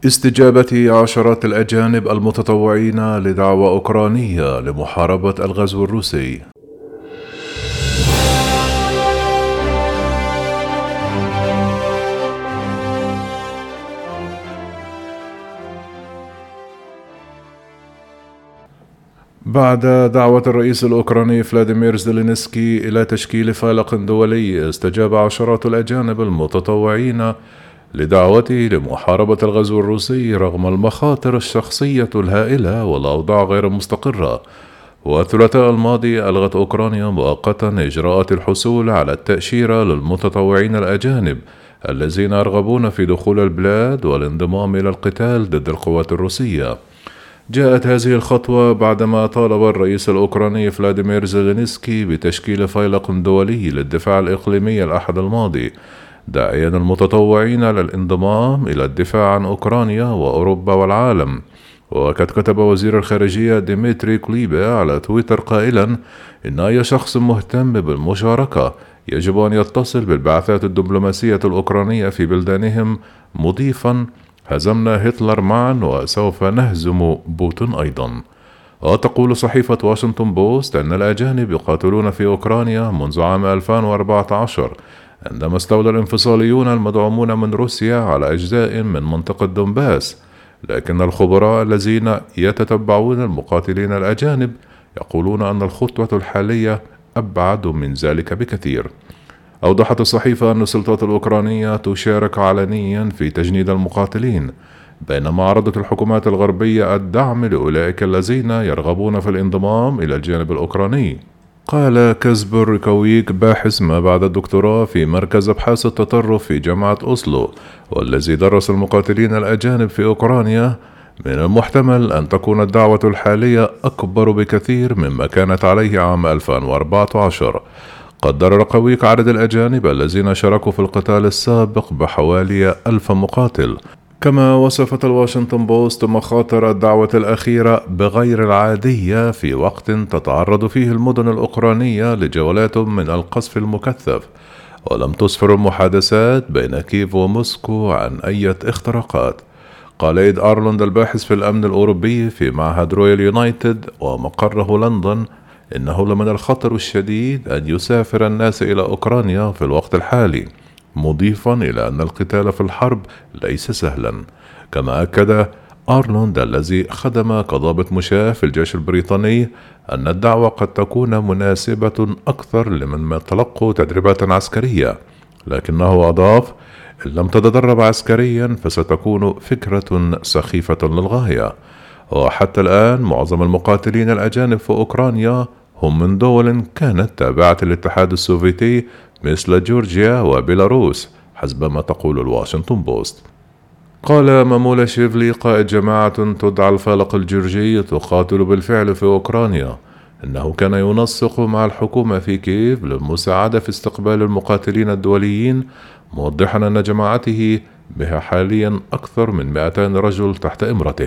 استجابة عشرات الأجانب المتطوعين لدعوى أوكرانية لمحاربة الغزو الروسي. بعد دعوة الرئيس الأوكراني فلاديمير زيلينسكي إلى تشكيل فيلق دولي، استجاب عشرات الأجانب المتطوعين لدعوته لمحاربة الغزو الروسي رغم المخاطر الشخصية الهائلة والأوضاع غير المستقرة. والثلاثاء الماضي ألغت أوكرانيا مؤقتا إجراءات الحصول على التأشيرة للمتطوعين الأجانب الذين يرغبون في دخول البلاد والانضمام إلى القتال ضد القوات الروسية. جاءت هذه الخطوة بعدما طالب الرئيس الأوكراني فلاديمير زيلينسكي بتشكيل فيلق دولي للدفاع الإقليمي الأحد الماضي، داعيا المتطوعين للانضمام إلى الدفاع عن أوكرانيا وأوروبا والعالم. وقد كتب وزير الخارجية ديمتري كليبا على تويتر قائلا إن أي شخص مهتم بالمشاركة يجب أن يتصل بالبعثات الدبلوماسية الأوكرانية في بلدانهم، مضيفا: هزمنا هتلر معا وسوف نهزم بوتين أيضا. وتقول صحيفة واشنطن بوست أن الأجانب يقاتلون في أوكرانيا منذ عام 2014 عندما استولى الانفصاليون المدعومون من روسيا على أجزاء من منطقة دونباس، لكن الخبراء الذين يتتبعون المقاتلين الأجانب يقولون أن الخطوة الحالية أبعد من ذلك بكثير. أوضحت الصحيفة أن السلطات الأوكرانية تشارك علنيا في تجنيد المقاتلين، بينما عرضت الحكومات الغربية الدعم لأولئك الذين يرغبون في الانضمام إلى الجانب الأوكراني. قال كاسبر ريكويك، باحث ما بعد الدكتوراه في مركز أبحاث التطرف في جامعة أوسلو والذي درس المقاتلين الأجانب في أوكرانيا: من المحتمل أن تكون الدعوة الحالية أكبر بكثير مما كانت عليه عام 2014. قدر ركويك عدد الأجانب الذين شاركوا في القتال السابق بحوالي 1000 مقاتل. كما وصفت الواشنطن بوست مخاطر الدعوة الأخيرة بغير العادية في وقت تتعرض فيه المدن الأوكرانية لجولات من القصف المكثف، ولم تسفر المحادثات بين كييف وموسكو عن أي اختراقات. قال إيد أرلوند الباحث في الأمن الأوروبي في معهد رويال يونايتد ومقره لندن إنه لمن الخطر الشديد أن يسافر الناس إلى أوكرانيا في الوقت الحالي، مضيفا إلى أن القتال في الحرب ليس سهلا. كما أكد أرلوند الذي خدم كضابط مشاة في الجيش البريطاني أن الدعوة قد تكون مناسبة أكثر لمن تلقوا تدريبات عسكرية، لكنه أضاف: إن لم تتدرب عسكريا فستكون فكرة سخيفة للغاية. وحتى الآن معظم المقاتلين الأجانب في أوكرانيا هم من دول كانت تابعة للاتحاد السوفيتي مثل جورجيا وبيلاروس حسب ما تقول الواشنطن بوست. قال مامولا شيفلي، قائد جماعة تدعى الفيلق الجورجي تقاتل بالفعل في أوكرانيا، إنه كان ينسق مع الحكومة في كييف للمساعدة في استقبال المقاتلين الدوليين، موضحا أن جماعته بها حاليا أكثر من 200 رجل تحت إمرته.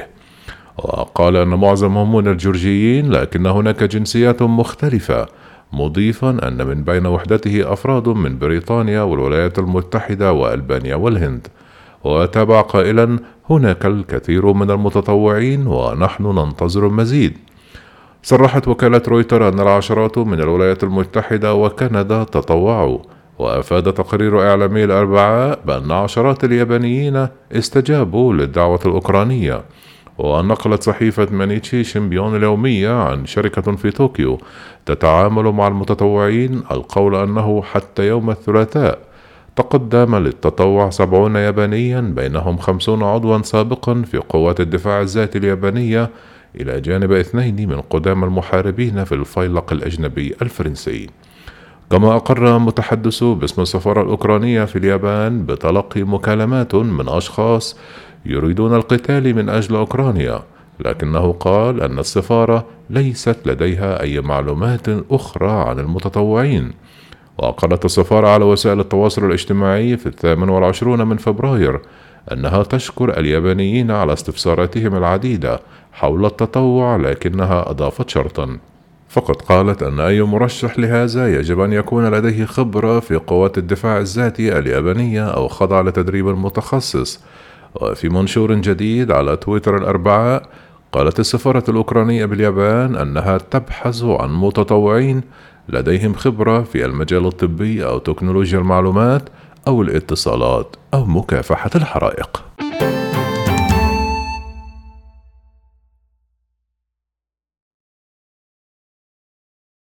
وقال أن معظمهم من الجورجيين لكن هناك جنسيات مختلفة، مضيفا أن من بين وحدته أفراد من بريطانيا والولايات المتحدة وألبانيا والهند. وتابع قائلا: هناك الكثير من المتطوعين ونحن ننتظر المزيد. صرحت وكالة رويتر أن العشرات من الولايات المتحدة وكندا تطوعوا. وأفاد تقرير إعلامي الأربعاء بأن عشرات اليابانيين استجابوا للدعوة الأوكرانية. ونقلت صحيفة مانيتشي شيمبيون اليومية عن شركة في طوكيو تتعامل مع المتطوعين القول أنه حتى يوم الثلاثاء تقدم للتطوع 70 يابانيا، بينهم 50 عضوا سابقا في قوات الدفاع الذاتي اليابانية، إلى جانب 2 من قدام المحاربين في الفيلق الأجنبي الفرنسي. كما أقر متحدث باسم السفارة الأوكرانية في اليابان بتلقي مكالمات من أشخاص يريدون القتال من أجل أوكرانيا، لكنه قال أن السفارة ليست لديها أي معلومات أخرى عن المتطوعين. وقالت السفارة على وسائل التواصل الاجتماعي في 28 من فبراير أنها تشكر اليابانيين على استفساراتهم العديدة حول التطوع، لكنها أضافت شرطا. فقد قالت أن أي مرشح لهذا يجب أن يكون لديه خبرة في قوات الدفاع الذاتي اليابانية أو خضع لتدريب متخصص. وفي منشور جديد على تويتر الأربعاء، قالت السفارة الأوكرانية باليابان أنها تبحث عن متطوعين لديهم خبرة في المجال الطبي أو تكنولوجيا المعلومات أو الاتصالات أو مكافحة الحرائق.